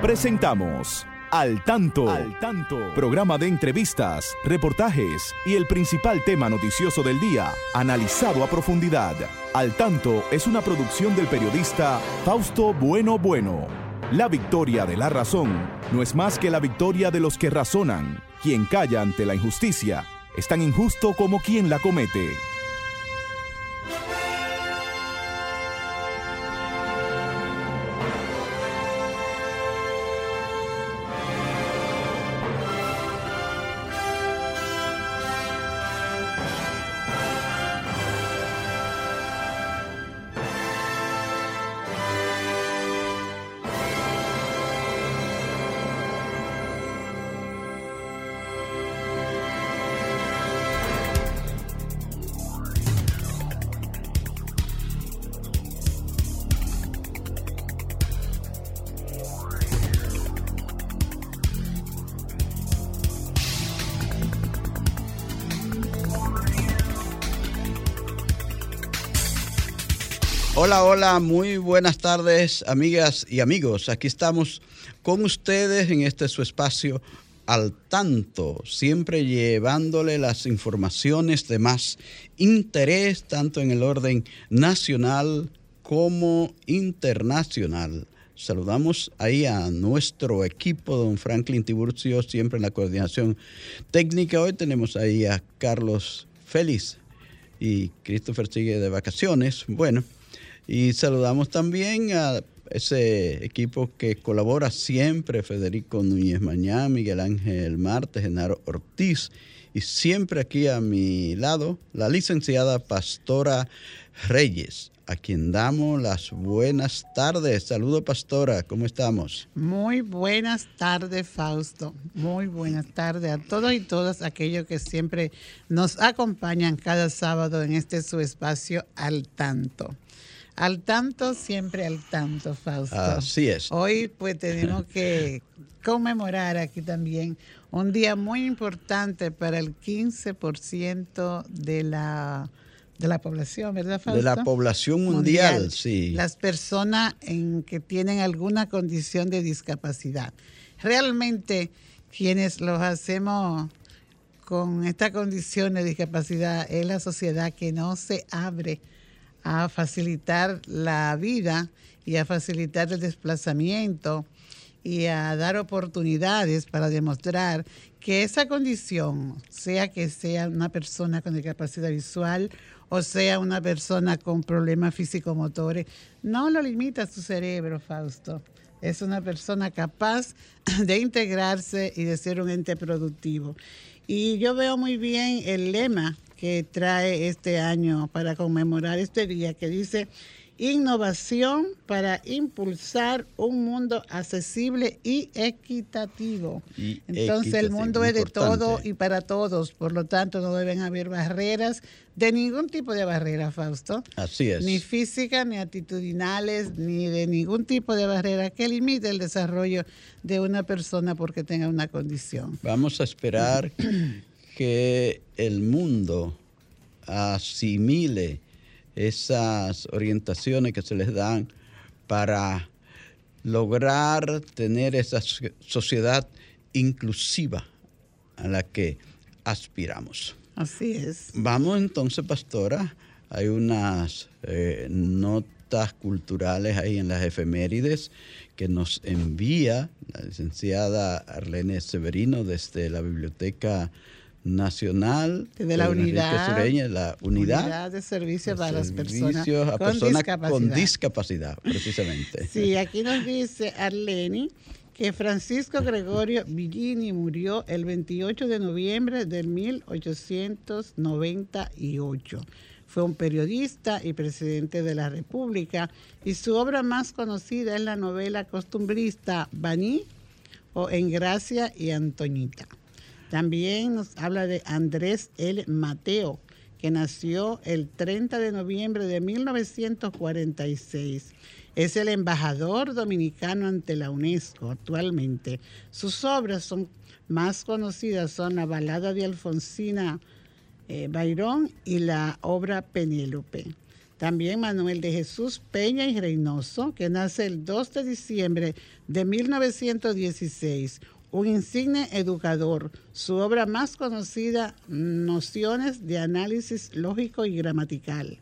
Presentamos Al Tanto, programa de entrevistas, reportajes y el principal tema noticioso del día, analizado a profundidad. Al Tanto es una producción del periodista Fausto Bueno. La victoria de la razón no es más que la victoria de los que razonan. Quien calla ante la injusticia es tan injusto como quien la comete. Hola, muy buenas tardes, amigas y amigos. Aquí estamos con ustedes en este su espacio Al Tanto, siempre llevándole las informaciones de más interés, tanto en el orden nacional como internacional. Saludamos ahí a nuestro equipo, don Franklin Tiburcio, siempre en la coordinación técnica. Hoy tenemos ahí a Carlos Félix y Christopher sigue de vacaciones. Bueno, y saludamos también a ese equipo que colabora siempre, Federico Núñez Mañán, Miguel Ángel Marte, Genaro Ortiz, y siempre aquí a mi lado, la licenciada Pastora Reyes, a quien damos las buenas tardes. Saludos, Pastora, ¿cómo estamos? Muy buenas tardes, Fausto. Muy buenas tardes a todos y todas aquellos que siempre nos acompañan cada sábado en este su espacio Al Tanto. Al tanto, siempre al tanto, Fausto. Así es. Hoy pues tenemos que conmemorar aquí también un día muy importante para el 15% de la población, ¿verdad, Fausto? De la población mundial, sí. Las personas que tienen alguna condición de discapacidad. Realmente quienes los hacemos con esta condición de discapacidad es la sociedad que no se abre a facilitar la vida y a facilitar el desplazamiento y a dar oportunidades para demostrar que esa condición, sea que sea una persona con discapacidad visual o sea una persona con problemas físico-motores, no lo limita a su cerebro, Fausto. Es una persona capaz de integrarse y de ser un ente productivo. Y yo veo muy bien el lema que trae este año para conmemorar este día, que dice: innovación para impulsar un mundo accesible y equitativo. Entonces el mundo es de todo y para todos, por lo tanto no deben haber barreras, de ningún tipo de barrera, Fausto. Así es. Ni físicas, ni actitudinales, ni de ningún tipo de barrera que limite el desarrollo de una persona porque tenga una condición. Vamos a esperar que el mundo asimile esas orientaciones que se les dan para lograr tener esa sociedad inclusiva a la que aspiramos. Así es. Vamos entonces, Pastora, hay unas notas culturales ahí en las efemérides que nos envía la licenciada Arlene Severino desde la Biblioteca Nacional de la unidad de servicios para las personas con discapacidad, precisamente. Sí, aquí nos dice Arlene que Francisco Gregorio Villini murió el 28 de noviembre de 1898. Fue un periodista y presidente de la República, y su obra más conocida es la novela costumbrista Baní o Engracia y Antoñita. También nos habla de Andrés L. Mateo, que nació el 30 de noviembre de 1946. Es el embajador dominicano ante la UNESCO actualmente. Sus obras más conocidas son la balada de Alfonsina Bayrón y la obra Penélope. También Manuel de Jesús Peña y Reynoso, que nace el 2 de diciembre de 1916, un insigne educador. Su obra más conocida, Nociones de análisis lógico y gramatical.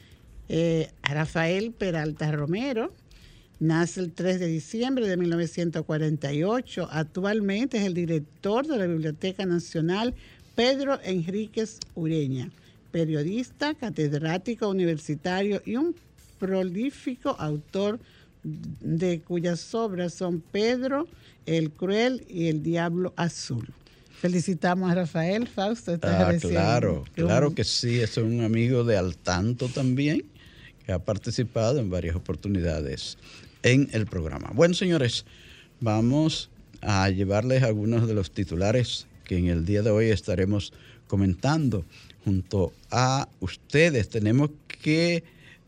Rafael Peralta Romero, nace el 3 de diciembre de 1948. Actualmente es el director de la Biblioteca Nacional Pedro Enríquez Ureña, periodista, catedrático universitario y un prolífico autor de cuyas obras son Pedro, el Cruel y el Diablo Azul. Felicitamos a Rafael. Fausto, ¿estás claro que sí, es un amigo de Al Tanto también, que ha participado en varias oportunidades en el programa. Bueno, señores, vamos a llevarles algunos de los titulares que en el día de hoy estaremos comentando junto a ustedes. Tenemos que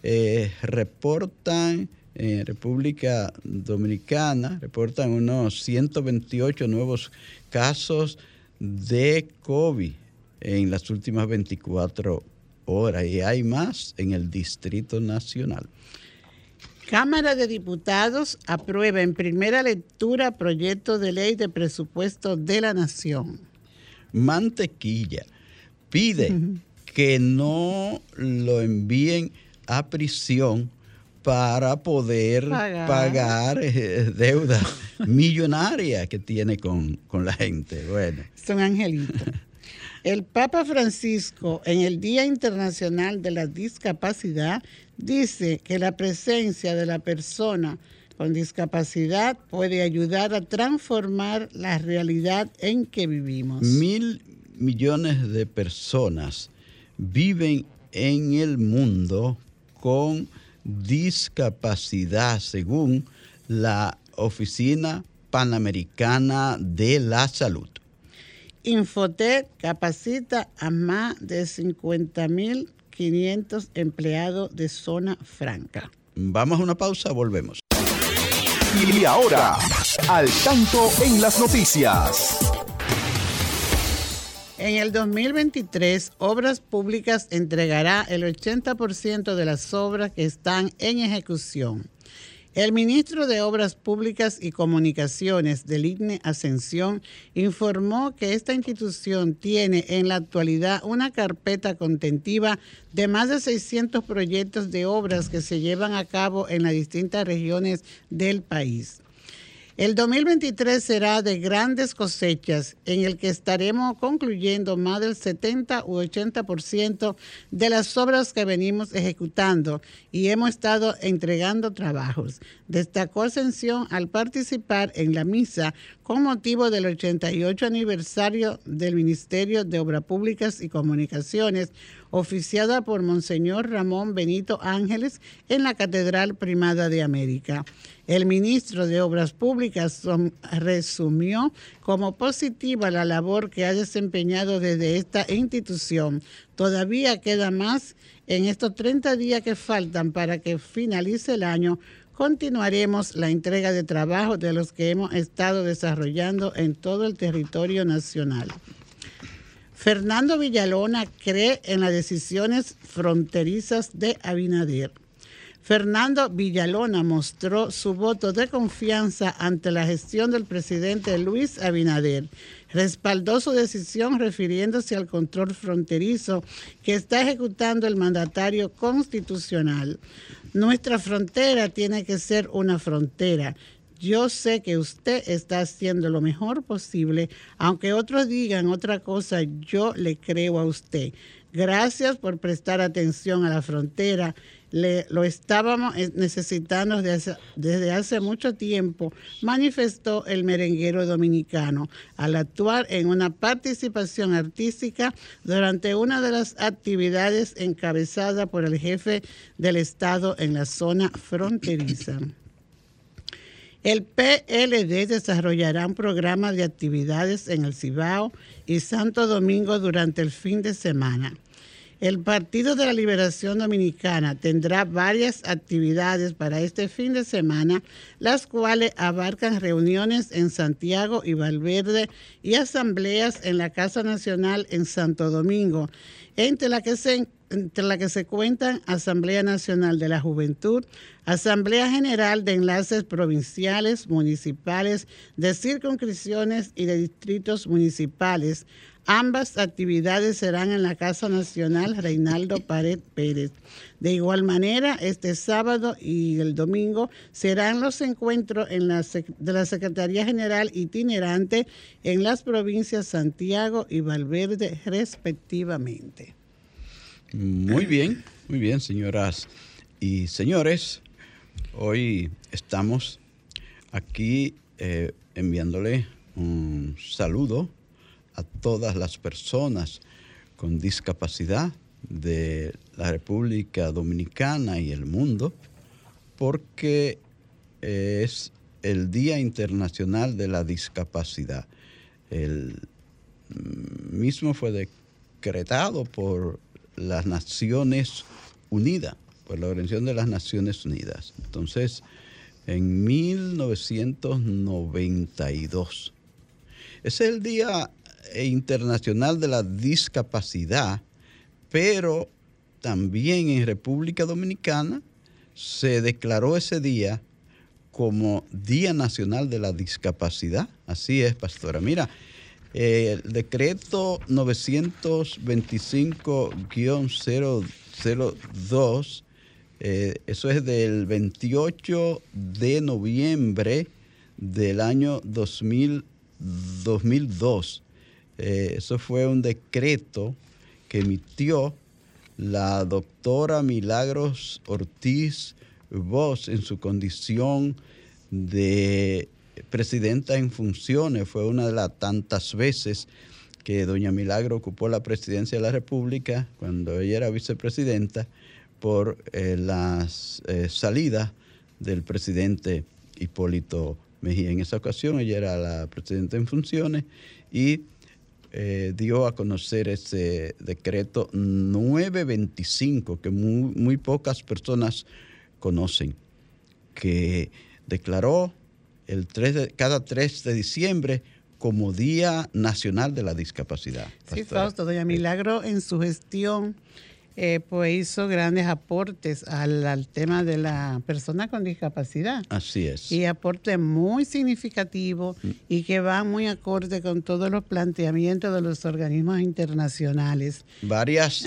reportan en República Dominicana, reportan unos 128 nuevos casos de COVID en las últimas 24 horas y hay más en el Distrito Nacional. Cámara de Diputados aprueba en primera lectura proyecto de ley de presupuesto de la Nación. Mantequilla pide que no lo envíen a prisión para poder pagar deuda millonaria que tiene con la gente. Bueno. Son angelitos. El Papa Francisco, en el Día Internacional de la Discapacidad, dice que la presencia de la persona con discapacidad puede ayudar a transformar la realidad en que vivimos. 1.000 millones de personas viven en el mundo con discapacidad, según la Oficina Panamericana de la Salud. Infotec capacita a más de 50.500 empleados de zona franca. Vamos a una pausa, volvemos. Y ahora, Al Tanto en las noticias. En el 2023, Obras Públicas entregará el 80% de las obras que están en ejecución. El ministro de Obras Públicas y Comunicaciones del ICNE Ascensión informó que esta institución tiene en la actualidad una carpeta contentiva de más de 600 proyectos de obras que se llevan a cabo en las distintas regiones del país. El 2023 será de grandes cosechas, en el que estaremos concluyendo más del 70 u 80% de las obras que venimos ejecutando y hemos estado entregando trabajos. Destacó Ascensión al participar en la misa con motivo del 88 aniversario del Ministerio de Obras Públicas y Comunicaciones, oficiada por Monseñor Ramón Benito Ángeles en la Catedral Primada de América. El ministro de Obras Públicas resumió como positiva la labor que ha desempeñado desde esta institución. Todavía queda más en estos 30 días que faltan para que finalice el año. Continuaremos la entrega de trabajo de los que hemos estado desarrollando en todo el territorio nacional. Fernando Villalona cree en las decisiones fronterizas de Abinader. Fernando Villalona mostró su voto de confianza ante la gestión del presidente Luis Abinader. Respaldó su decisión refiriéndose al control fronterizo que está ejecutando el mandatario constitucional. Nuestra frontera tiene que ser una frontera. Yo sé que usted está haciendo lo mejor posible, aunque otros digan otra cosa, yo le creo a usted. Gracias por prestar atención a la frontera. Lo estábamos necesitando desde hace mucho tiempo, manifestó el merenguero dominicano al actuar en una participación artística durante una de las actividades encabezada por el jefe del Estado en la zona fronteriza. El PLD desarrollará un programa de actividades en el Cibao y Santo Domingo durante el fin de semana. El Partido de la Liberación Dominicana tendrá varias actividades para este fin de semana, las cuales abarcan reuniones en Santiago y Valverde y asambleas en la Casa Nacional en Santo Domingo, entre las que se entre las que se cuentan Asamblea Nacional de la Juventud, Asamblea General de Enlaces Provinciales, Municipales, de Circunscripciones y de Distritos Municipales. Ambas actividades serán en la Casa Nacional Reinaldo Pared Pérez. De igual manera, este sábado y el domingo serán los encuentros de la Secretaría General itinerante en las provincias Santiago y Valverde, respectivamente. Muy bien, señoras y señores. Hoy estamos aquí enviándole un saludo a todas las personas con discapacidad de la República Dominicana y el mundo, porque es el Día Internacional de la Discapacidad. El mismo fue decretado por las Naciones Unidas, por la Organización de las Naciones Unidas. Entonces, en 1992. Es el Día Internacional de la Discapacidad, pero también en República Dominicana se declaró ese día como Día Nacional de la Discapacidad. Así es, pastora. Mira, el decreto 925-002, eso es del 28 de noviembre del año 2002. Eso fue un decreto que emitió la doctora Milagros Ortiz Bosch en su condición de presidenta en funciones. Fue una de las tantas veces que doña Milagro ocupó la presidencia de la República cuando ella era vicepresidenta por las salidas del presidente Hipólito Mejía. En esa ocasión ella era la presidenta en funciones y dio a conocer ese decreto 925 que muy pocas personas conocen, que declaró cada 3 de diciembre como Día Nacional de la Discapacidad. Sí, Fausto, doña Milagro en su gestión pues hizo grandes aportes al tema de la persona con discapacidad. Así es. Y aportes muy significativos y que van muy acorde con todos los planteamientos de los organismos internacionales. Varias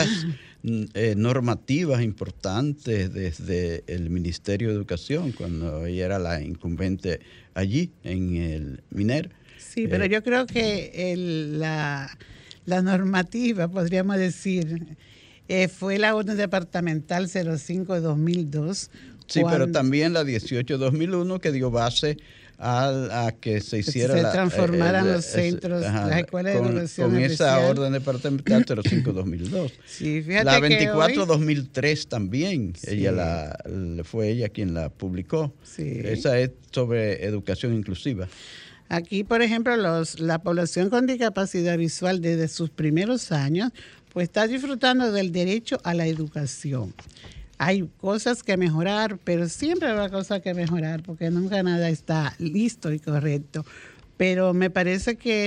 normativas importantes desde el Ministerio de Educación, cuando ella era la incumbente allí en el MINER. Sí, pero yo creo que la normativa, podríamos decir, fue la orden departamental 05 de 2002. Sí, pero también la 18-2001 que dio base a que se hiciera... Se transformaran los centros, las escuelas de educación con especial. Esa orden departamental 05-2002. Sí, fíjate la que 24-2003 también, sí. Fue ella quien la publicó. Sí. Esa es sobre educación inclusiva. Aquí, por ejemplo, la población con discapacidad visual desde sus primeros años, pues está disfrutando del derecho a la educación. Hay cosas que mejorar, pero siempre habrá cosas que mejorar, porque nunca nada está listo y correcto. Pero me parece que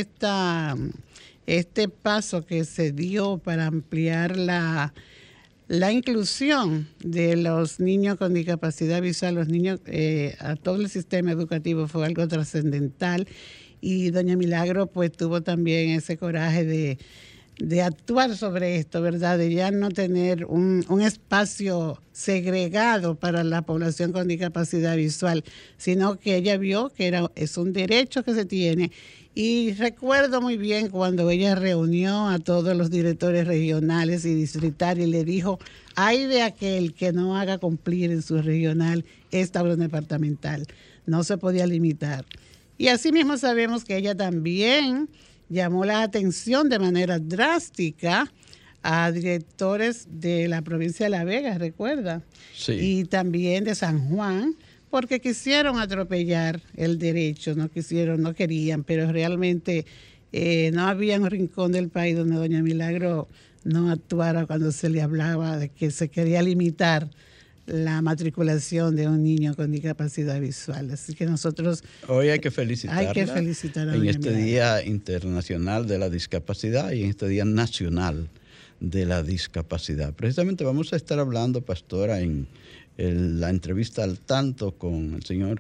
este paso que se dio para ampliar la inclusión de los niños con discapacidad visual, los niños a todo el sistema educativo fue algo trascendental, y doña Milagro pues tuvo también ese coraje de actuar sobre esto, ¿verdad? De ya no tener un espacio segregado para la población con discapacidad visual, sino que ella vio que es un derecho que se tiene. Y recuerdo muy bien cuando ella reunió a todos los directores regionales y distritales y le dijo, hay de aquel que no haga cumplir en su regional esta orden departamental. No se podía limitar. Y así mismo sabemos que ella también llamó la atención de manera drástica a directores de la provincia de La Vega, ¿recuerda? Sí. Y también de San Juan, porque quisieron atropellar el derecho, no querían, pero realmente no había un rincón del país donde doña Milagro no actuara cuando se le hablaba de que se quería limitar la matriculación de un niño con discapacidad visual. Así que nosotros... Hoy hay que felicitarla. Hay que felicitar a en doña este Milagro. Día Internacional de la Discapacidad y en este Día Nacional de la discapacidad. Precisamente vamos a estar hablando, pastora, en la entrevista al tanto con el señor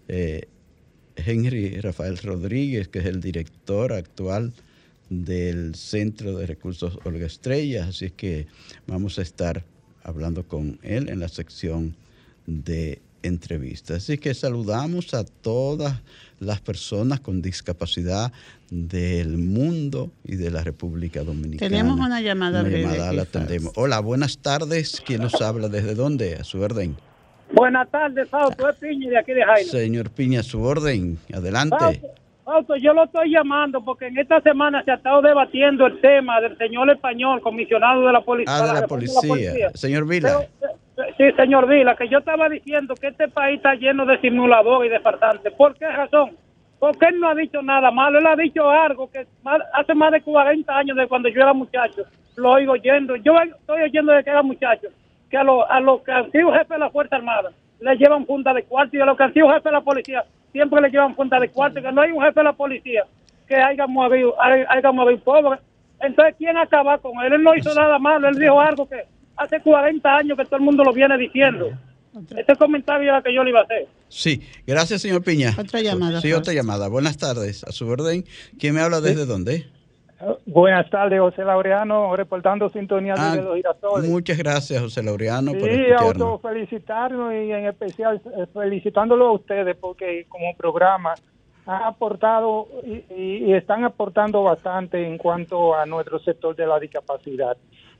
Henry Rafael Rodríguez, que es el director actual del Centro de Recursos Olga Estrella. Así es que vamos a estar hablando con él en la sección de entrevistas. Así que saludamos a todas las personas con discapacidad del mundo y de la República Dominicana. Tenemos una llamada breve. La atendemos. Hola, buenas tardes. ¿Quién nos habla? ¿Desde dónde? A su orden. Buenas tardes, Fausto. Es Piña de aquí de Jaina. Señor Piña, a su orden. Adelante. Fausto, yo lo estoy llamando porque en esta semana se ha estado debatiendo el tema del señor español, comisionado de la policía. De la policía. Señor Vila. Sí, señor Vila, que yo estaba diciendo que este país está lleno de simuladores y de farsantes. ¿Por qué razón? Porque él no ha dicho nada malo. Él ha dicho algo que hace más de 40 años de cuando yo era muchacho. Lo oigo oyendo. Yo estoy oyendo desde que era muchacho que a los que han sido jefes de la Fuerza Armada le llevan punta de cuarto, y a los que han sido jefes de la policía siempre le llevan punta de cuarto, que no hay un jefe de la policía que haya movido pobre. Entonces, ¿quién acaba con él? Él no hizo nada malo. Él dijo algo que hace 40 años que todo el mundo lo viene diciendo. Este comentario era que yo le iba a hacer. Sí, gracias, señor Piña. Otra llamada. Sí, otra llamada. Buenas tardes. A su orden. ¿Quién me habla desde dónde? Buenas tardes, José Laureano, reportando sintonía desde Los Girasoles. Muchas gracias, José Laureano, por escucharnos. escucharnos. Sí, autofelicitarnos y en especial felicitándolo a ustedes porque como programa han aportado y están aportando bastante en cuanto a nuestro sector de la discapacidad.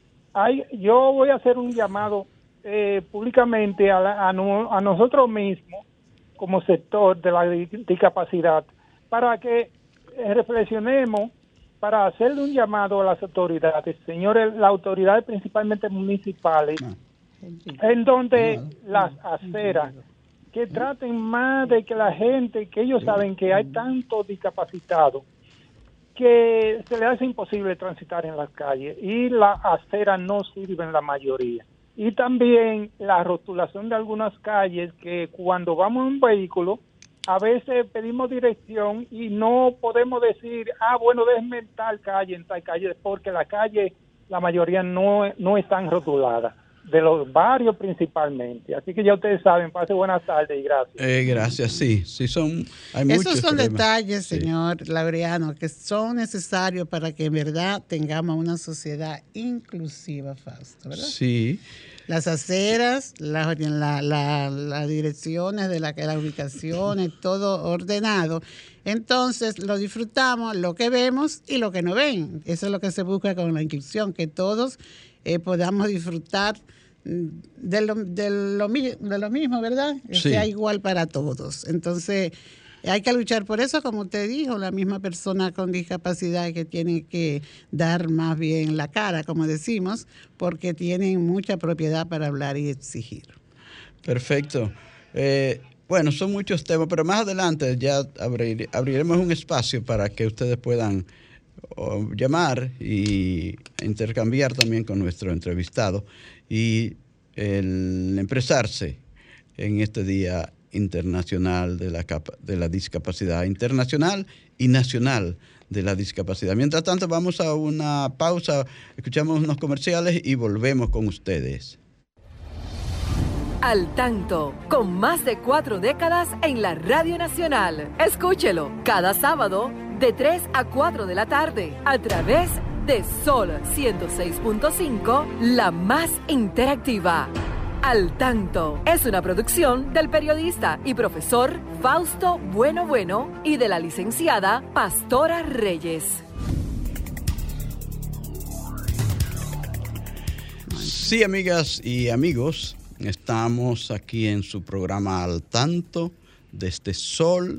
Yo voy a hacer un llamado públicamente a nosotros mismos como sector de la discapacidad para que reflexionemos, para hacerle un llamado a las autoridades, señores, las autoridades principalmente municipales, en donde las aceras, que traten más de que la gente, que ellos saben que hay tantos discapacitados, que se les hace imposible transitar en las calles y las aceras no sirven la mayoría. Y también la rotulación de algunas calles, que cuando vamos en un vehículo, a veces pedimos dirección y no podemos decir, bueno, déjeme en tal calle, porque la calle, la mayoría no están rotuladas, de los barrios principalmente. Así que ya ustedes saben, pase buenas tardes y gracias. Gracias, sí hay muchos Esos son problemas. detalles, señor Laureano, que son necesarios para que en verdad tengamos una sociedad inclusiva, Fausto, ¿verdad? Sí. Las aceras, las direcciones de las ubicaciones, todo ordenado. Entonces lo disfrutamos, lo que vemos y lo que no ven. Eso es lo que se busca con la inclusión, que todos podamos disfrutar de lo mismo, ¿verdad? Que sea igual para todos. Entonces hay que luchar por eso, como usted dijo, la misma persona con discapacidad que tiene que dar más bien la cara, como decimos, porque tienen mucha propiedad para hablar y exigir. Perfecto. Bueno, son muchos temas, pero más adelante ya abriremos un espacio para que ustedes puedan llamar y intercambiar también con nuestro entrevistado y el expresarse en este Día Internacional de la Discapacidad, internacional y nacional de la discapacidad. Mientras tanto, vamos a una pausa, escuchamos unos comerciales y volvemos con ustedes. Al tanto, con más de 4 décadas en la Radio Nacional. Escúchelo cada sábado de 3 a 4 de la tarde a través de Sol 106.5, la más interactiva. Al tanto es una producción del periodista y profesor Fausto Bueno y de la licenciada Pastora Reyes. Sí, amigas y amigos, estamos aquí en su programa Al Tanto desde Sol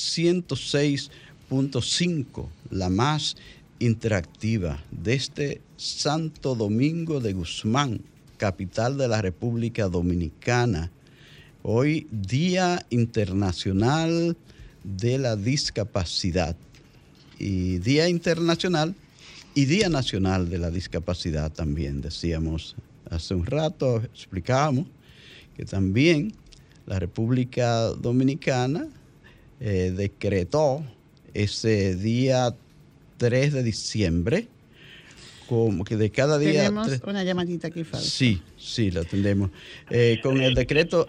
106.5, la más interactiva, desde Santo Domingo de Guzmán, capital de la República Dominicana. Hoy, Día Internacional de la Discapacidad. Y Día Internacional y Día Nacional de la Discapacidad también. Decíamos hace un rato, explicábamos que también la República Dominicana decretó ese día 3 de diciembre como que de cada día... Tenemos una llamadita aquí, Fausto. Sí, la atendemos. Con el decreto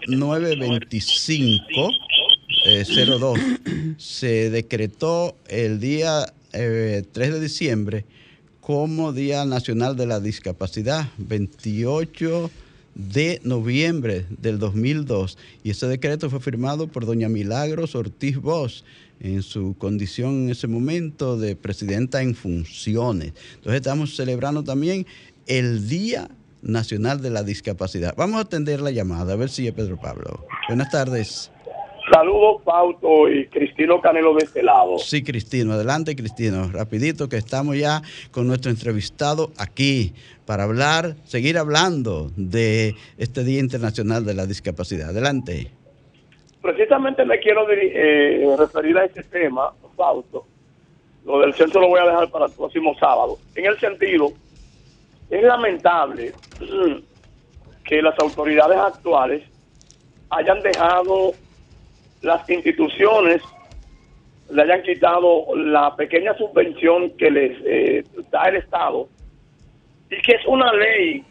925-02 se decretó el día 3 de diciembre como Día Nacional de la Discapacidad, 28 de noviembre del 2002, y ese decreto fue firmado por doña Milagros Ortiz Bosch en su condición en ese momento de presidenta en funciones. Entonces estamos celebrando también el Día Nacional de la Discapacidad. Vamos a atender la llamada, a ver si es Pedro Pablo. Buenas tardes. Saludos, Fausto y Cristino Canelo de este lado. Sí, Cristino. Adelante, Cristino. Rapidito, que estamos ya con nuestro entrevistado aquí para seguir hablando de este Día Internacional de la Discapacidad. Adelante. Precisamente me quiero referir a este tema, Fausto. Lo del centro lo voy a dejar para el próximo sábado. En el sentido, es lamentable que las autoridades actuales hayan dejado las instituciones, le hayan quitado la pequeña subvención que les da el Estado, y que es una ley,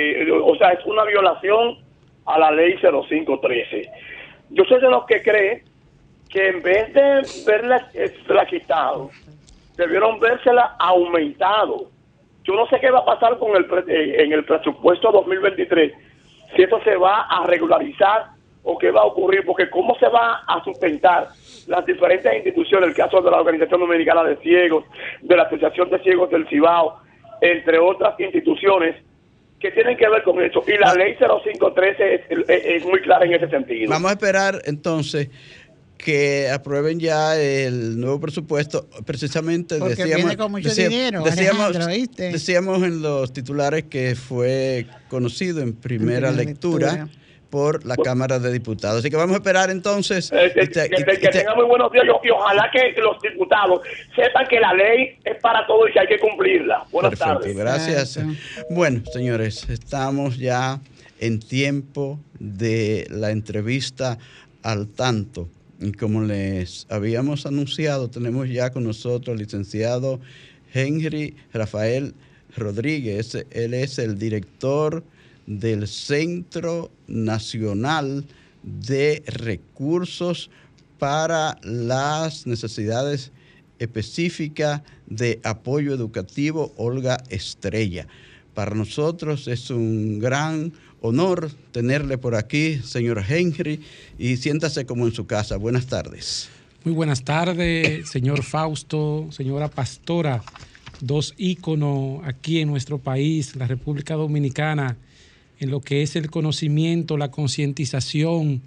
es una violación a la ley 0513. Yo soy de los que cree que en vez de verla quitado, debieron vérsela aumentado. Yo no sé qué va a pasar en el presupuesto 2023, si esto se va a regularizar o qué va a ocurrir, porque cómo se va a sustentar las diferentes instituciones, el caso de la Organización Dominicana de Ciegos, de la Asociación de Ciegos del Cibao, entre otras instituciones que tienen que ver con eso. Y la ley 0513 es muy clara en ese sentido. Vamos a esperar entonces que aprueben ya el nuevo presupuesto, precisamente. Porque viene con mucho dinero, decíamos en los titulares que fue conocido en primera lectura por la Cámara de Diputados. Así que vamos a esperar entonces. Que tengan muy buenos días y ojalá que los diputados sepan que la ley es para todos y que hay que cumplirla. Buenas tardes. Gracias. Bueno, señores, estamos ya en tiempo de la entrevista al tanto. Y como les habíamos anunciado, tenemos ya con nosotros al licenciado Henry Rafael Rodríguez. Él es el director del Centro Nacional de Recursos para las Necesidades Específicas de Apoyo Educativo, Olga Estrella. Para nosotros es un gran honor tenerle por aquí, señor Henry, y siéntase como en su casa. Buenas tardes. Muy buenas tardes, señor Fausto, señora Pastora, dos íconos aquí en nuestro país, la República Dominicana, en lo que es el conocimiento, la concientización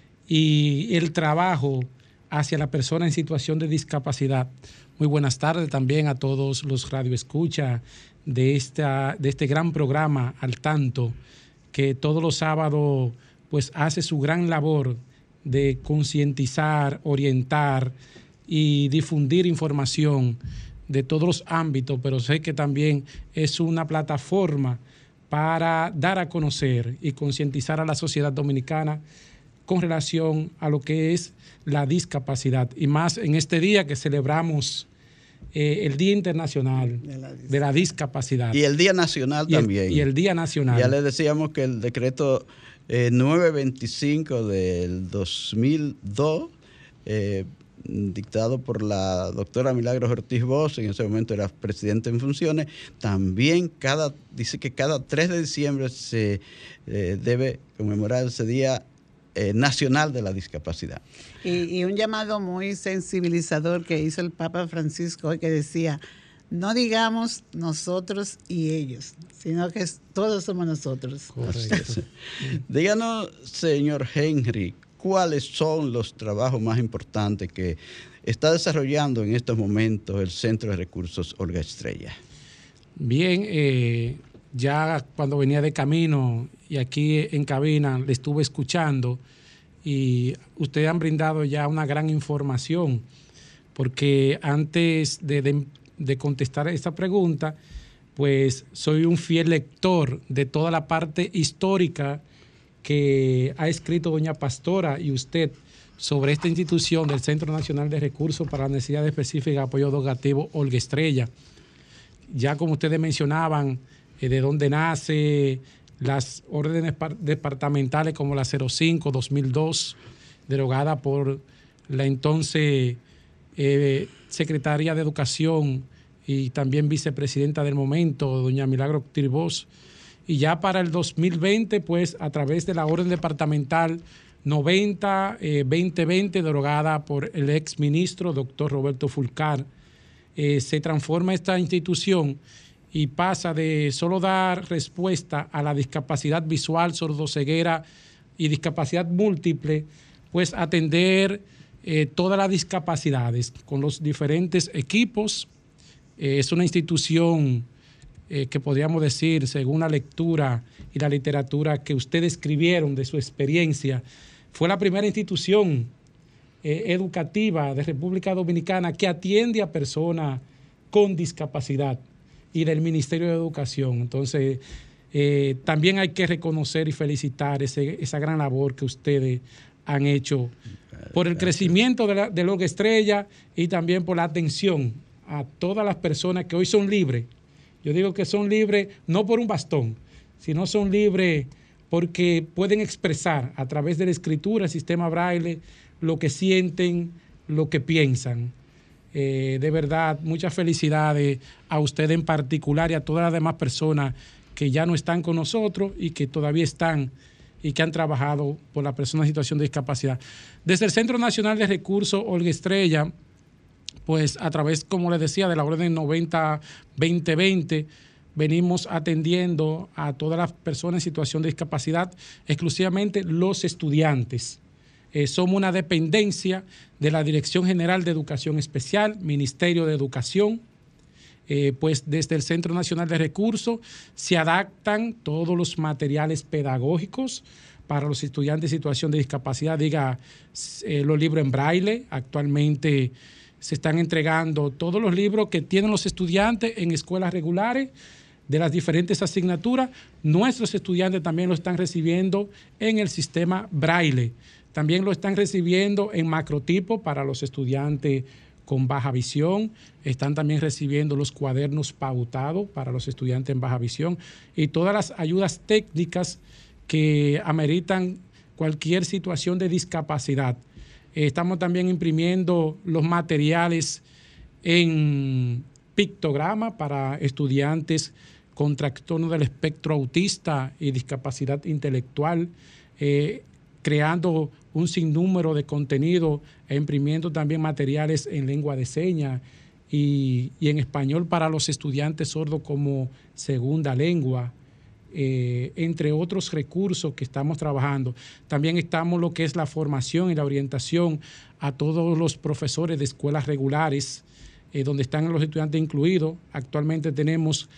y el trabajo hacia la persona en situación de discapacidad. Muy buenas tardes también a todos los radioescuchas de este gran programa Al Tanto, que todos los sábados pues hace su gran labor de concientizar, orientar y difundir información de todos los ámbitos, pero sé que también es una plataforma para dar a conocer y concientizar a la sociedad dominicana con relación a lo que es la discapacidad. Y más en este día que celebramos el Día Internacional de la Discapacidad. Y el Día Nacional también. Y el Día Nacional. Ya les decíamos que el decreto 925 del 2002, dictado por la doctora Milagros Ortiz Bosch, en ese momento era presidenta en funciones, también dice que cada 3 de diciembre se debe conmemorar ese Día Nacional de la Discapacidad. Y un llamado muy sensibilizador que hizo el Papa Francisco hoy, que decía, no digamos nosotros y ellos, sino que todos somos nosotros. Correcto. Díganos, señor Henry, ¿cuáles son los trabajos más importantes que está desarrollando en estos momentos el Centro de Recursos Olga Estrella? Bien, ya cuando venía de camino y aquí en cabina le estuve escuchando y ustedes han brindado ya una gran información, porque antes de contestar esta pregunta, pues soy un fiel lector de toda la parte histórica que ha escrito doña Pastora y usted sobre esta institución del Centro Nacional de Recursos para las Necesidades Específicas de Apoyo Educativo Olga Estrella. ya como ustedes mencionaban, de dónde nace, las órdenes departamentales como la 05-2002, derogada por la entonces secretaria de Educación y también vicepresidenta del momento, doña Milagro Tirbós. Y ya para el 2020, pues a través de la orden departamental 90-2020, derogada por el exministro doctor Roberto Fulcar, se transforma esta institución y pasa de solo dar respuesta a la discapacidad visual, sordoceguera y discapacidad múltiple, pues atender todas las discapacidades con los diferentes equipos. Es una institución que podríamos decir, según la lectura y la literatura que ustedes escribieron de su experiencia, fue la primera institución educativa de República Dominicana que atiende a personas con discapacidad, y del Ministerio de Educación. Entonces, también hay que reconocer y felicitar esa gran labor que ustedes han hecho por el crecimiento de Olga Estrella y también por la atención a todas las personas que hoy son libres. Yo digo que son libres no por un bastón, sino son libres porque pueden expresar a través de la escritura, el sistema braille, lo que sienten, lo que piensan. De verdad, muchas felicidades a usted en particular y a todas las demás personas que ya no están con nosotros y que todavía están y que han trabajado por las personas en situación de discapacidad. Desde el Centro Nacional de Recursos Olga Estrella, pues a través, como les decía, de la orden 90-2020, venimos atendiendo a todas las personas en situación de discapacidad, exclusivamente los estudiantes. Somos una dependencia de la Dirección General de Educación Especial, Ministerio de Educación. Pues desde el Centro Nacional de Recursos se adaptan todos los materiales pedagógicos para los estudiantes en situación de discapacidad, los libros en braille. Actualmente se están entregando todos los libros que tienen los estudiantes en escuelas regulares de las diferentes asignaturas. Nuestros estudiantes también lo están recibiendo en el sistema braille. También lo están recibiendo en macrotipo para los estudiantes con baja visión. Están también recibiendo los cuadernos pautados para los estudiantes en baja visión y todas las ayudas técnicas que ameritan cualquier situación de discapacidad. Estamos también imprimiendo los materiales en pictograma para estudiantes con trastorno del espectro autista y discapacidad intelectual, creando un sinnúmero de contenido e imprimiendo también materiales en lengua de señas y en español para los estudiantes sordos como segunda lengua, entre otros recursos que estamos trabajando. También estamos lo que es la formación y la orientación a todos los profesores de escuelas regulares, donde están los estudiantes incluidos. Actualmente tenemos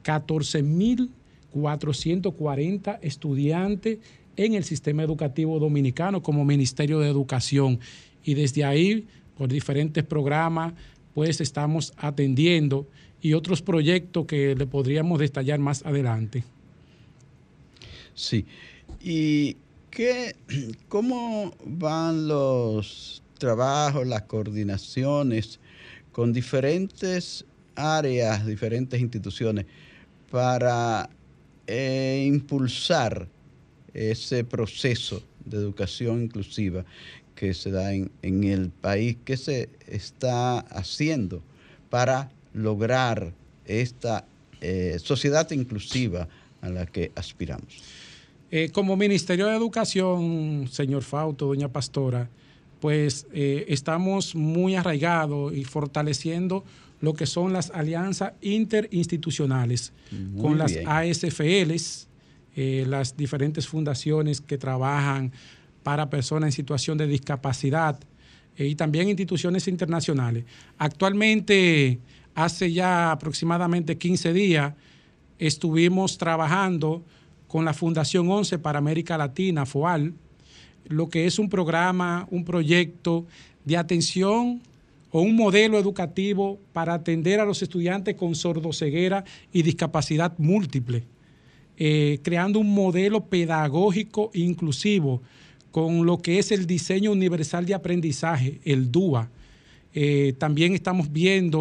14.440 estudiantes en el sistema educativo dominicano como Ministerio de Educación, y desde ahí, por diferentes programas, pues estamos atendiendo y otros proyectos que le podríamos detallar más adelante. Sí. ¿Y cómo van los trabajos, las coordinaciones con diferentes áreas, diferentes instituciones para impulsar ese proceso de educación inclusiva que se da en el país? ¿Qué se está haciendo para lograr esta sociedad inclusiva a la que aspiramos? Como Ministerio de Educación, señor Fausto, doña Pastora, pues estamos muy arraigados y fortaleciendo lo que son las alianzas interinstitucionales con las ASFLs, las diferentes fundaciones que trabajan para personas en situación de discapacidad y también instituciones internacionales. Actualmente, hace ya aproximadamente 15 días, estuvimos trabajando con la Fundación 11 para América Latina, FOAL, lo que es un programa, un proyecto de atención o un modelo educativo para atender a los estudiantes con sordoceguera y discapacidad múltiple, creando un modelo pedagógico inclusivo con lo que es el diseño universal de aprendizaje, el DUA. También estamos viendo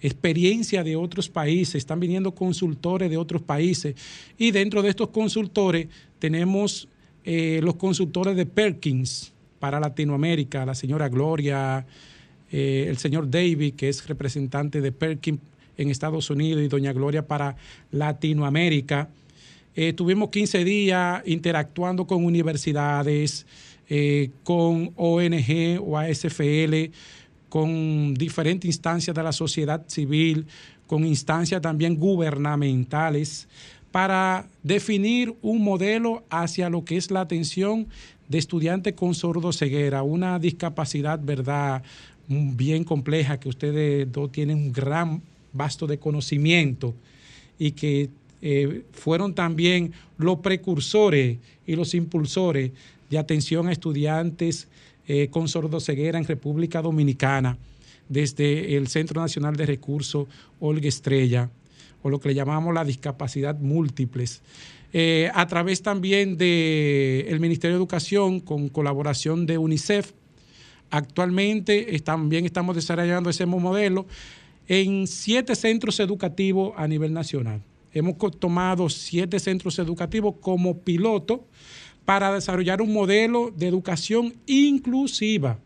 experiencia de otros países, están viniendo consultores de otros países, y dentro de estos consultores tenemos los consultores de Perkins para Latinoamérica, la señora Gloria, el señor David, que es representante de Perkins en Estados Unidos, y doña Gloria para Latinoamérica. Tuvimos 15 días interactuando con universidades, con ONG o ASFL, con diferentes instancias de la sociedad civil, con instancias también gubernamentales, para definir un modelo hacia lo que es la atención de estudiantes con sordoceguera, una discapacidad, ¿verdad?, bien compleja, que ustedes dos tienen un gran vasto de conocimiento, y que fueron también los precursores y los impulsores de atención a estudiantes con sordoceguera en República Dominicana, desde el Centro Nacional de Recursos Olga Estrella, o lo que le llamamos la discapacidad múltiples, a través también del Ministerio de Educación, con colaboración de UNICEF. Actualmente también estamos desarrollando ese modelo en 7 centros educativos a nivel nacional. Hemos tomado 7 centros educativos como piloto para desarrollar un modelo de educación inclusiva,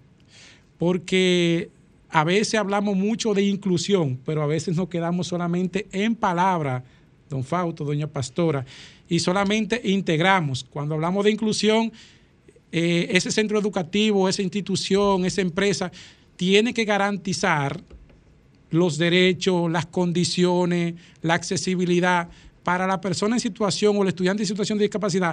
porque a veces hablamos mucho de inclusión, pero a veces nos quedamos solamente en palabras, don Fausto, doña Pastora, y solamente integramos. Cuando hablamos de inclusión, ese centro educativo, esa institución, esa empresa, tiene que garantizar los derechos, las condiciones, la accesibilidad para la persona en situación o el estudiante en situación de discapacidad,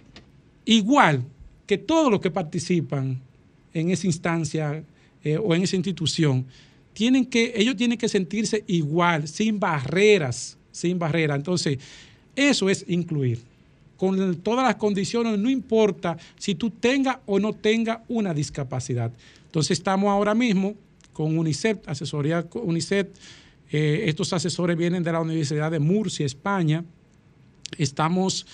igual que todos los que participan en esa instancia o en esa institución. Ellos tienen que sentirse igual, sin barreras. Entonces, eso es incluir, con todas las condiciones, no importa si tú tengas o no tengas una discapacidad. Entonces, estamos ahora mismo con UNICEF, asesoría con UNICEF. Estos asesores vienen de la Universidad de Murcia, España. Estamos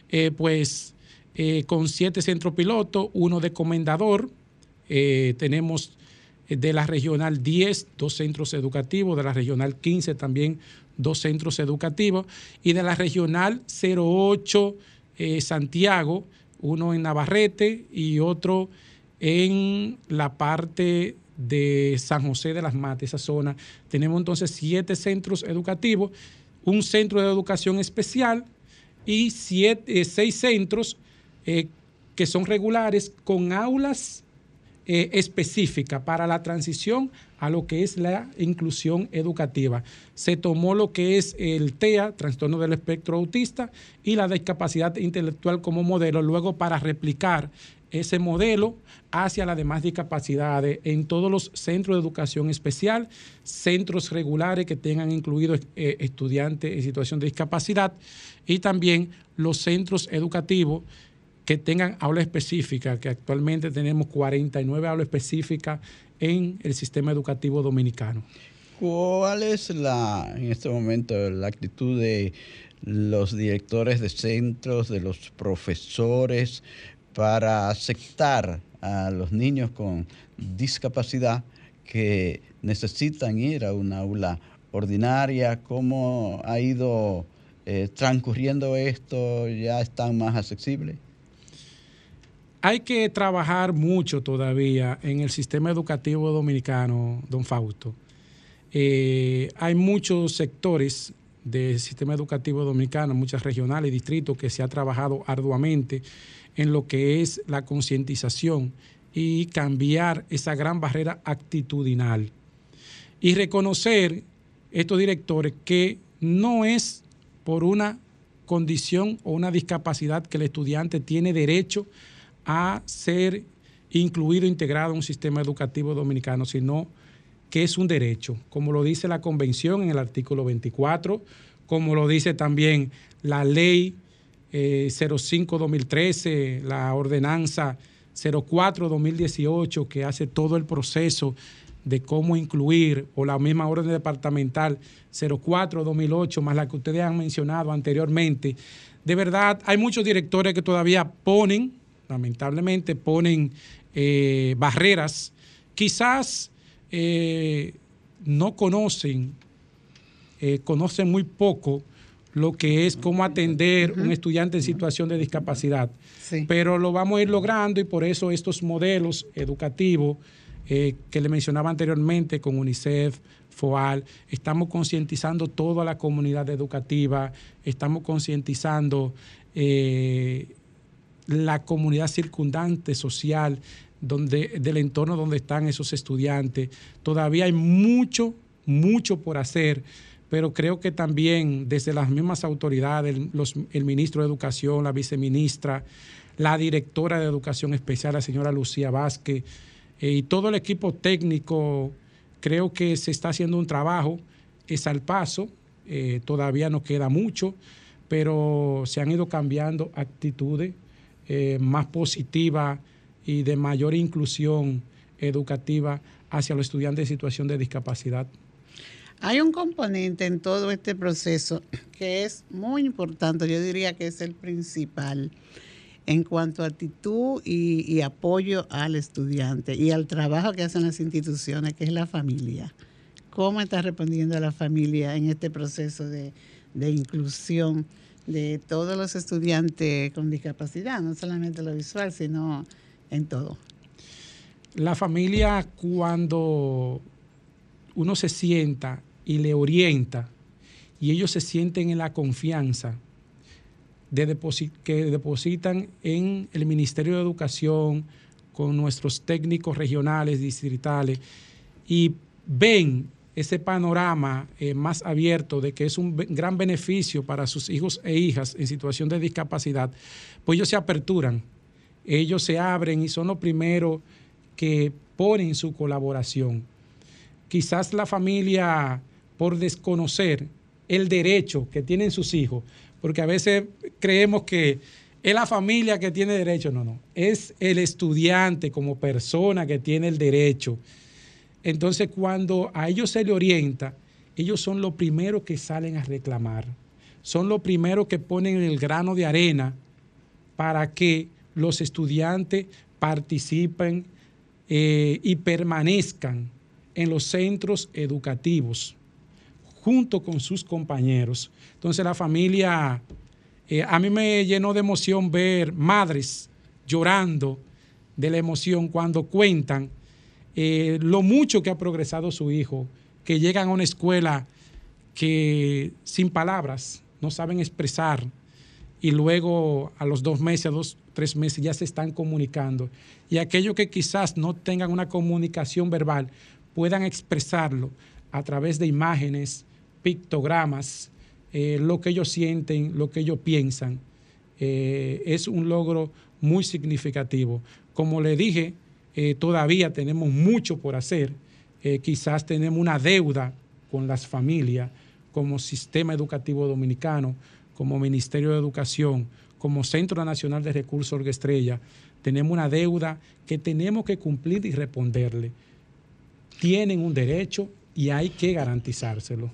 con 7 centros pilotos, uno de Comendador. Tenemos de la Regional 10, 2 centros educativos, de la Regional 15 también 2 centros educativos, y de la Regional 08 Santiago, uno en Navarrete y otro en la parte de San José de las Matas, esa zona. Tenemos entonces 7 centros educativos, un centro de educación especial y 6 centros que son regulares, con aulas específica para la transición a lo que es la inclusión educativa. Se tomó lo que es el TEA, trastorno del espectro autista, y la discapacidad intelectual como modelo, luego para replicar ese modelo hacia las demás discapacidades en todos los centros de educación especial, centros regulares que tengan incluidos estudiantes en situación de discapacidad, y también los centros educativos que tengan aula específica, que actualmente tenemos 49 aulas específicas en el sistema educativo dominicano. ¿Cuál es en este momento la actitud de los directores de centros, de los profesores, para aceptar a los niños con discapacidad que necesitan ir a una aula ordinaria? ¿Cómo ha ido transcurriendo esto? ¿Ya están más accesibles? Hay que trabajar mucho todavía en el sistema educativo dominicano, don Fausto. Hay muchos sectores del sistema educativo dominicano, muchas regionales y distritos, que se ha trabajado arduamente en lo que es la concientización y cambiar esa gran barrera actitudinal. Y reconocer estos directores que no es por una condición o una discapacidad que el estudiante tiene derecho a ser incluido, integrado en un sistema educativo dominicano, sino que es un derecho, como lo dice la Convención en el artículo 24, como lo dice también la Ley 05-2013, la Ordenanza 04-2018, que hace todo el proceso de cómo incluir, o la misma orden departamental 04-2008, más la que ustedes han mencionado anteriormente. De verdad, hay muchos directores que todavía lamentablemente ponen barreras. Quizás no conocen conocen muy poco lo que es cómo atender un estudiante en situación de discapacidad. Sí. Pero lo vamos a ir logrando y por eso estos modelos educativos que le mencionaba anteriormente con UNICEF, FOAL, estamos concientizando toda la comunidad educativa, estamos concientizando la comunidad circundante social del entorno donde están esos estudiantes. Todavía hay mucho por hacer, pero creo que también desde las mismas autoridades, el ministro de Educación, la viceministra, la directora de Educación Especial, la señora Lucía Vázquez, y todo el equipo técnico, creo que se está haciendo un trabajo, es al paso, todavía nos queda mucho, pero se han ido cambiando actitudes más positivas y de mayor inclusión educativa hacia los estudiantes en situación de discapacidad. Hay un componente en todo este proceso que es muy importante, yo diría que es el principal, en cuanto a actitud y apoyo al estudiante y al trabajo que hacen las instituciones, que es la familia. ¿Cómo está respondiendo la familia en este proceso de inclusión de todos los estudiantes con discapacidad, no solamente lo visual, sino en todo? La familia, cuando uno se sienta y le orienta y ellos se sienten en la confianza que depositan en el Ministerio de Educación con nuestros técnicos regionales, distritales, y ven ese panorama más abierto de que es un gran beneficio para sus hijos e hijas en situación de discapacidad, pues ellos se aperturan, ellos se abren y son los primeros que ponen su colaboración. Quizás la familia, por desconocer el derecho que tienen sus hijos, porque a veces creemos que es la familia que tiene derecho. No, es el estudiante como persona que tiene el derecho. Entonces, cuando a ellos se le orienta, ellos son los primeros que salen a reclamar, son los primeros que ponen el grano de arena para que los estudiantes participen y permanezcan en los centros educativos junto con sus compañeros. Entonces la familia, a mí me llenó de emoción ver madres llorando de la emoción cuando cuentan lo mucho que ha progresado su hijo, que llegan a una escuela que sin palabras no saben expresar y luego a los 2 meses, 3 meses ya se están comunicando. Y aquellos que quizás no tengan una comunicación verbal puedan expresarlo a través de imágenes, pictogramas, lo que ellos sienten, lo que ellos piensan. Es un logro muy significativo. Como le dije, todavía tenemos mucho por hacer. Quizás tenemos una deuda con las familias, como Sistema Educativo Dominicano, como Ministerio de Educación, como Centro Nacional de Recursos Olga Estrella. Tenemos una deuda que tenemos que cumplir y responderle. Tienen un derecho y hay que garantizárselo.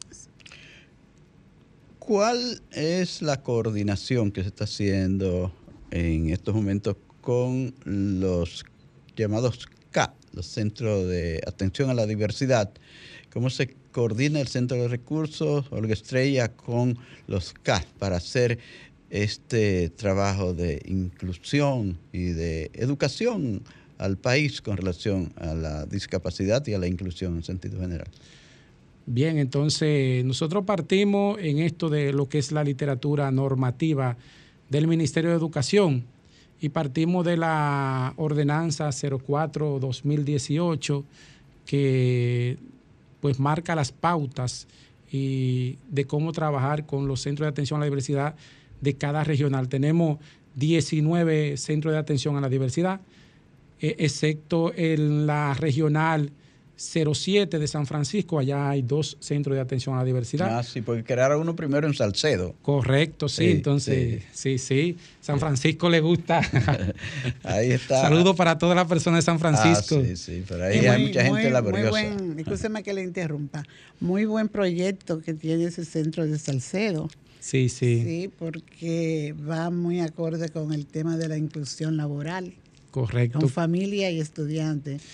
¿Cuál es la coordinación que se está haciendo en estos momentos con los llamados CAD, los Centros de Atención a la Diversidad? ¿Cómo se coordina el Centro de Recursos Olga Estrella con los CAD para hacer este trabajo de inclusión y de educación al país con relación a la discapacidad y a la inclusión en sentido general? Bien, entonces nosotros partimos en esto de lo que es la literatura normativa del Ministerio de Educación y partimos de la ordenanza 04-2018 que pues marca las pautas y de cómo trabajar con los centros de atención a la diversidad de cada regional. Tenemos 19 centros de atención a la diversidad, excepto en la regional 07 de San Francisco, allá hay 2 centros de atención a la diversidad. Ah, sí, porque crearon uno primero en Salcedo. Correcto, sí, entonces, sí. San Francisco le gusta. Ahí está. Saludos para todas las personas de San Francisco. Sí, pero ahí hay mucha gente laboriosa. Escúcheme que le interrumpa. Muy buen proyecto que tiene ese centro de Salcedo. Sí. Sí, porque va muy acorde con el tema de la inclusión laboral. Correcto. Con familia y estudiantes.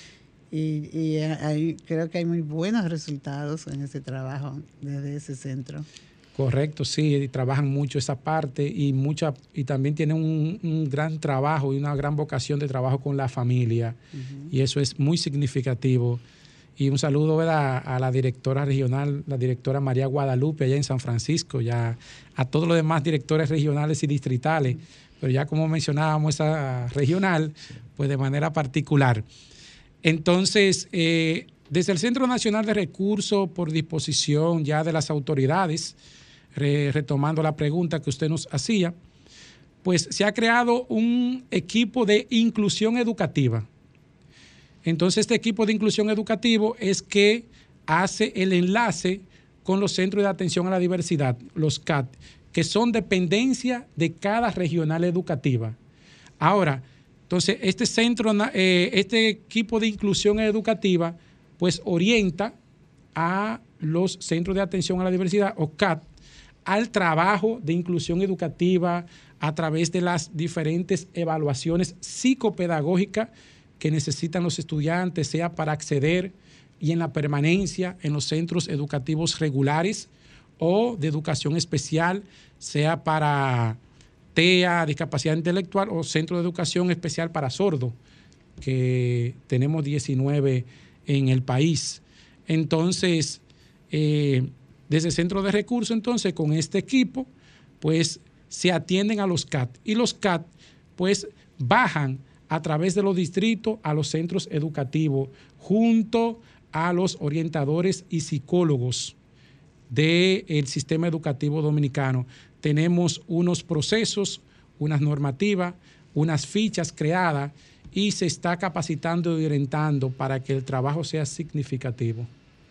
y creo que hay muy buenos resultados en ese trabajo desde ese centro. Correcto, sí, trabajan mucho esa parte y también tienen un gran trabajo y una gran vocación de trabajo con la familia, y eso es muy significativo. Y un saludo, ¿verdad?, a la directora regional, la directora María Guadalupe, allá en San Francisco, ya a todos los demás directores regionales y distritales, pero ya como mencionábamos esa regional, pues de manera particular. Entonces, desde el Centro Nacional de Recursos, por disposición ya de las autoridades, retomando la pregunta que usted nos hacía, pues se ha creado un equipo de inclusión educativa. Entonces, este equipo de inclusión educativo es que hace el enlace con los centros de atención a la diversidad, los CAT, que son dependencia de cada regional educativa. Ahora, entonces, este equipo de inclusión educativa, pues orienta a los centros de atención a la diversidad, o CAT, al trabajo de inclusión educativa a través de las diferentes evaluaciones psicopedagógicas que necesitan los estudiantes, sea para acceder y en la permanencia en los centros educativos regulares o de educación especial, sea para TEA, discapacidad intelectual, o centro de educación especial para sordos, que tenemos 19 en el país. Entonces, desde el Centro de Recursos, entonces, con este equipo, pues se atienden a los CAT, y los CAT, pues, bajan a través de los distritos a los centros educativos, junto a los orientadores y psicólogos del sistema educativo dominicano. Tenemos unos procesos, unas normativas, unas fichas creadas, y se está capacitando y orientando para que el trabajo sea significativo.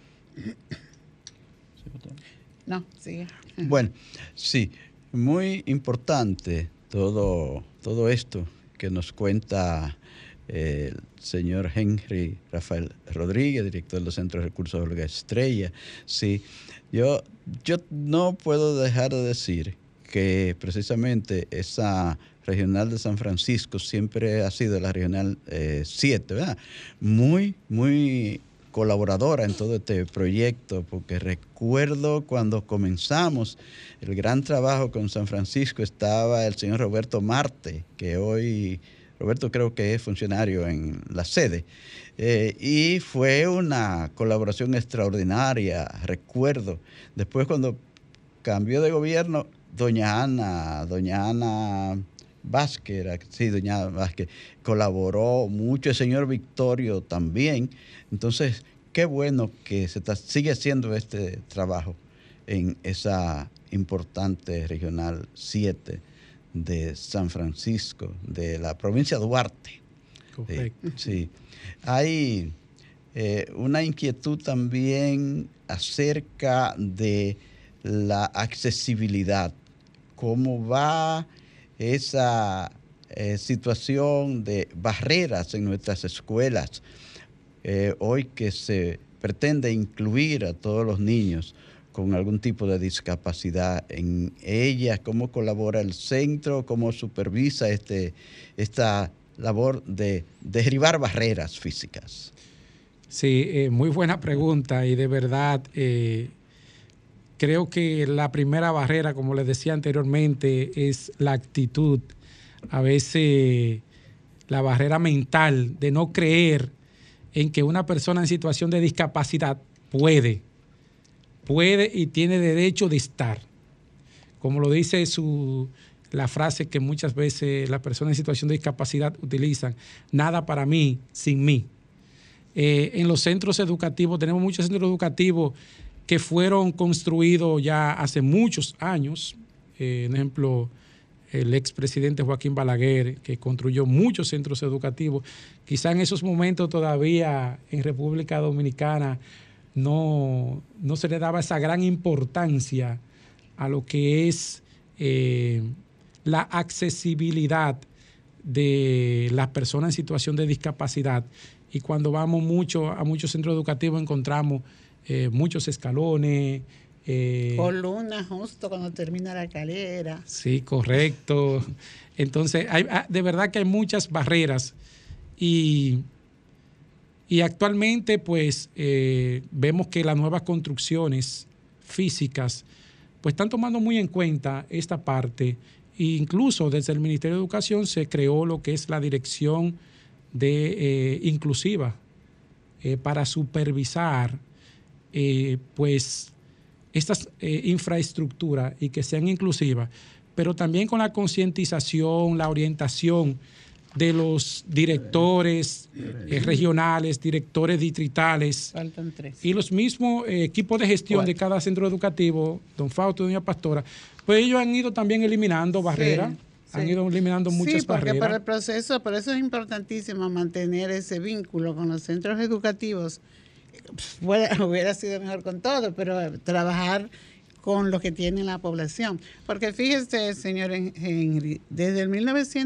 No, sigue. Bueno, sí, muy importante todo esto que nos cuenta el señor Henry Rafael Rodríguez, director del Centro de Recursos Olga Estrella. Sí, yo no puedo dejar de decir que precisamente esa regional de San Francisco siempre ha sido la regional 7, ¿verdad? Muy, muy colaboradora en todo este proyecto, porque recuerdo cuando comenzamos el gran trabajo con San Francisco, estaba el señor Roberto Marte, que hoy, Roberto creo que es funcionario en la sede, y fue una colaboración extraordinaria, recuerdo. Después, cuando cambió de gobierno, doña Ana Vázquez, sí, doña Ana Vázquez, colaboró mucho, el señor Victorio también. Entonces, qué bueno que sigue haciendo este trabajo en esa importante regional 7 de San Francisco, de la provincia de Duarte. Correcto. Sí. Hay una inquietud también acerca de la accesibilidad. ¿Cómo va esa situación de barreras en nuestras escuelas? Hoy que se pretende incluir a todos los niños con algún tipo de discapacidad en ellas, ¿cómo colabora el centro? ¿Cómo supervisa esta labor de derribar barreras físicas? Sí, muy buena pregunta, y de verdad creo que la primera barrera, como les decía anteriormente, es la actitud. A veces la barrera mental de no creer en que una persona en situación de discapacidad puede y tiene derecho de estar. Como lo dice la frase que muchas veces las personas en situación de discapacidad utilizan: nada para mí sin mí. En los centros educativos, tenemos muchos centros educativos que fueron construidos ya hace muchos años. Por ejemplo, el expresidente Joaquín Balaguer, que construyó muchos centros educativos. Quizá en esos momentos todavía en República Dominicana no se le daba esa gran importancia a lo que es la accesibilidad de las personas en situación de discapacidad. Y cuando vamos a muchos centros educativos encontramos muchos escalones. Columnas justo cuando termina la escalera. Sí, correcto. Entonces, de verdad que hay muchas barreras, y Y actualmente, pues, vemos que las nuevas construcciones físicas, pues, están tomando muy en cuenta esta parte. E incluso desde el Ministerio de Educación se creó lo que es la Dirección de Inclusiva para supervisar, pues, estas infraestructuras y que sean inclusivas, pero también con la concientización, la orientación de los directores regionales, directores distritales. Faltan 3. Y los mismos equipos de gestión de cada centro educativo, don Fausto y doña Pastora, pues ellos han ido también eliminando barreras, han ido eliminando muchas barreras. Sí, porque para el proceso, por eso es importantísimo mantener ese vínculo con los centros educativos. Hubiera sido mejor con todo, pero trabajar con lo que tiene la población. Porque fíjese, señor Henry, desde el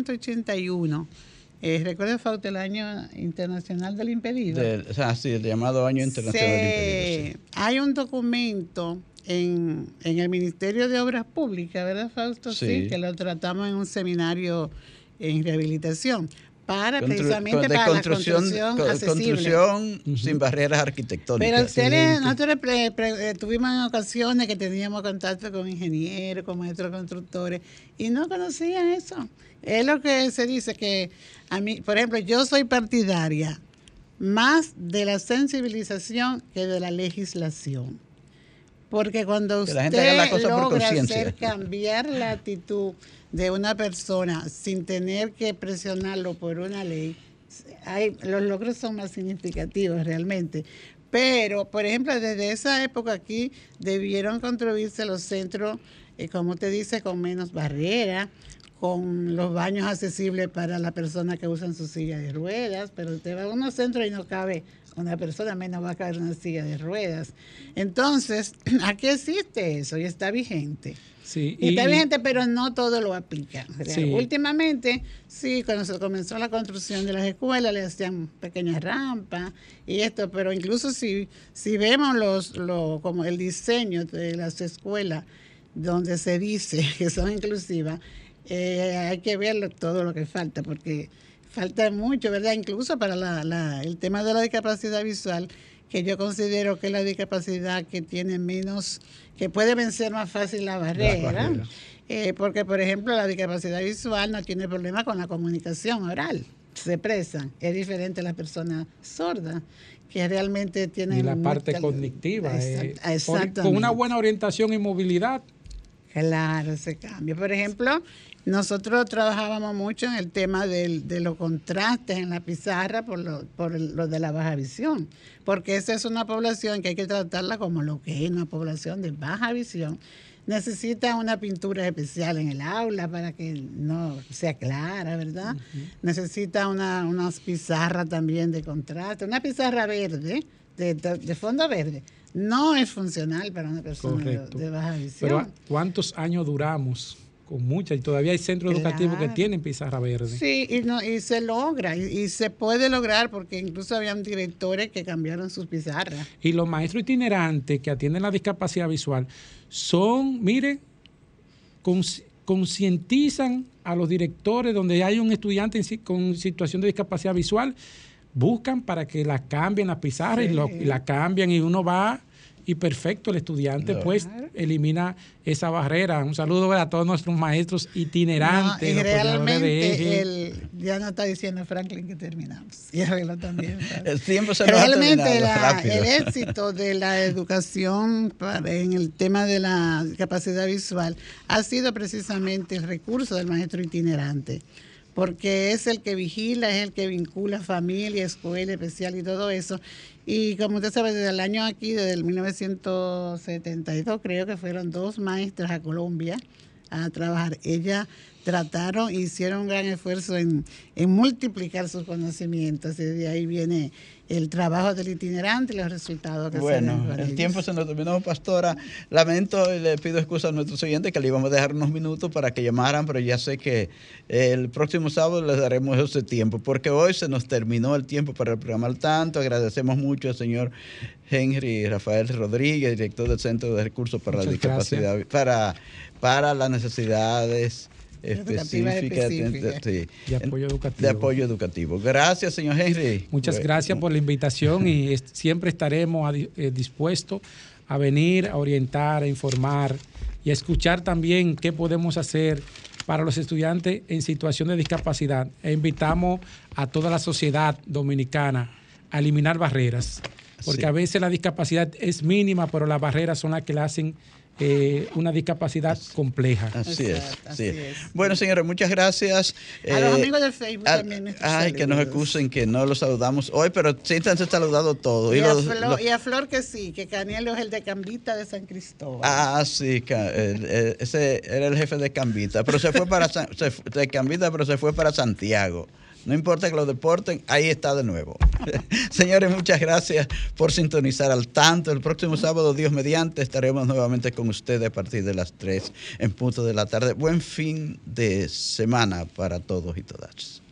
1981, ¿recuerda, Fausto, el Año Internacional del Impedido? Sí, el llamado Año Internacional del Impedido. Sí. Hay un documento en el Ministerio de Obras Públicas, ¿verdad, Fausto? Sí, que lo tratamos en un seminario en rehabilitación. Precisamente para la construcción accesible. Construcción sin barreras arquitectónicas. Pero nosotros tuvimos en ocasiones que teníamos contacto con ingenieros, con maestros constructores, y no conocían eso. Es lo que se dice que a mí, por ejemplo, yo soy partidaria más de la sensibilización que de la legislación. Porque cuando usted logra hacer cambiar la actitud de una persona sin tener que presionarlo por una ley, los logros son más significativos realmente. Pero, por ejemplo, desde esa época aquí debieron construirse los centros, como usted dice, con menos barreras, con los baños accesibles para las personas que usan su silla de ruedas, pero usted va a unos centros y no cabe una persona, menos va a caber una silla de ruedas. Entonces, aquí existe eso y está vigente. Sí, y está vigente, pero no todo lo aplica. Sí. Últimamente, sí, cuando se comenzó la construcción de las escuelas, le hacían pequeñas rampas y esto, pero incluso si vemos como el diseño de las escuelas donde se dice que son inclusivas, hay que ver todo lo que falta, porque falta mucho, ¿verdad? Incluso para el tema de la discapacidad visual, que yo considero que es la discapacidad que tiene menos, que puede vencer más fácil la barrera. Porque, por ejemplo, la discapacidad visual no tiene problema con la comunicación oral, se expresan. Es diferente a las personas sordas, que realmente tienen... Y la parte cognitiva. Con una buena orientación y movilidad. Claro, se cambia. Por ejemplo, nosotros trabajábamos mucho en el tema de los contrastes en la pizarra por lo de la baja visión, porque esa es una población que hay que tratarla como lo que es una población de baja visión. Necesita una pintura especial en el aula para que no sea clara, ¿verdad? Uh-huh. Necesita unas pizarras también de contraste, una pizarra verde, de fondo verde. No es funcional para una persona de baja visión. Pero ¿cuántos años duramos con muchas? Y todavía hay centros educativos que tienen pizarra verde. Sí, y se logra, y se puede lograr, porque incluso habían directores que cambiaron sus pizarras. Y los maestros itinerantes que atienden la discapacidad visual son, mire, concientizan a los directores donde hay un estudiante con situación de discapacidad visual, buscan para que la cambien la pizarra y la cambian, y uno va y perfecto, el estudiante pues elimina esa barrera. Un saludo a todos nuestros maestros itinerantes. Y realmente ya no está diciendo Franklin que terminamos. Y arregló también. El tiempo se nos ha terminado. El éxito de la educación en el tema de la capacidad visual ha sido precisamente el recurso del maestro itinerante, porque es el que vigila, es el que vincula familia, escuela especial y todo eso. Y como usted sabe, desde el año aquí, desde el 1972, creo que fueron 2 maestras a Colombia a trabajar. Ellas trataron, hicieron un gran esfuerzo en multiplicar sus conocimientos, y de ahí viene el trabajo del itinerante y los resultados que se ven. Bueno, el tiempo se nos terminó, Pastora. Lamento y le pido excusa a nuestros oyentes que le íbamos a dejar unos minutos para que llamaran, pero ya sé que el próximo sábado les daremos ese tiempo, porque hoy se nos terminó el tiempo para el programa Al Tanto. Agradecemos mucho al señor Henry Rafael Rodríguez, director del Centro de Recursos para la Discapacidad, para las necesidades específica. Sí, de apoyo educativo. Gracias, señor Henry. Muchas gracias por la invitación y siempre estaremos dispuestos a venir, a orientar, a informar y a escuchar también qué podemos hacer para los estudiantes en situación de discapacidad. E invitamos a toda la sociedad dominicana a eliminar barreras, porque a veces la discapacidad es mínima, pero las barreras son las que la hacen una discapacidad compleja. Así es. Bueno, señores, muchas gracias. A los amigos del Facebook también. Que nos excusen que no los saludamos hoy, pero siéntanse saludados todos. Y a Flor que sí, que Canielo es el de Cambita de San Sí, Cristóbal. ese era el jefe de Cambita, pero se fue para se fue para Santiago. No importa que lo deporten, ahí está de nuevo. Señores, muchas gracias por sintonizar Al Tanto. El próximo sábado, Dios mediante, estaremos nuevamente con ustedes a partir de las 3 en punto de la tarde. Buen fin de semana para todos y todas.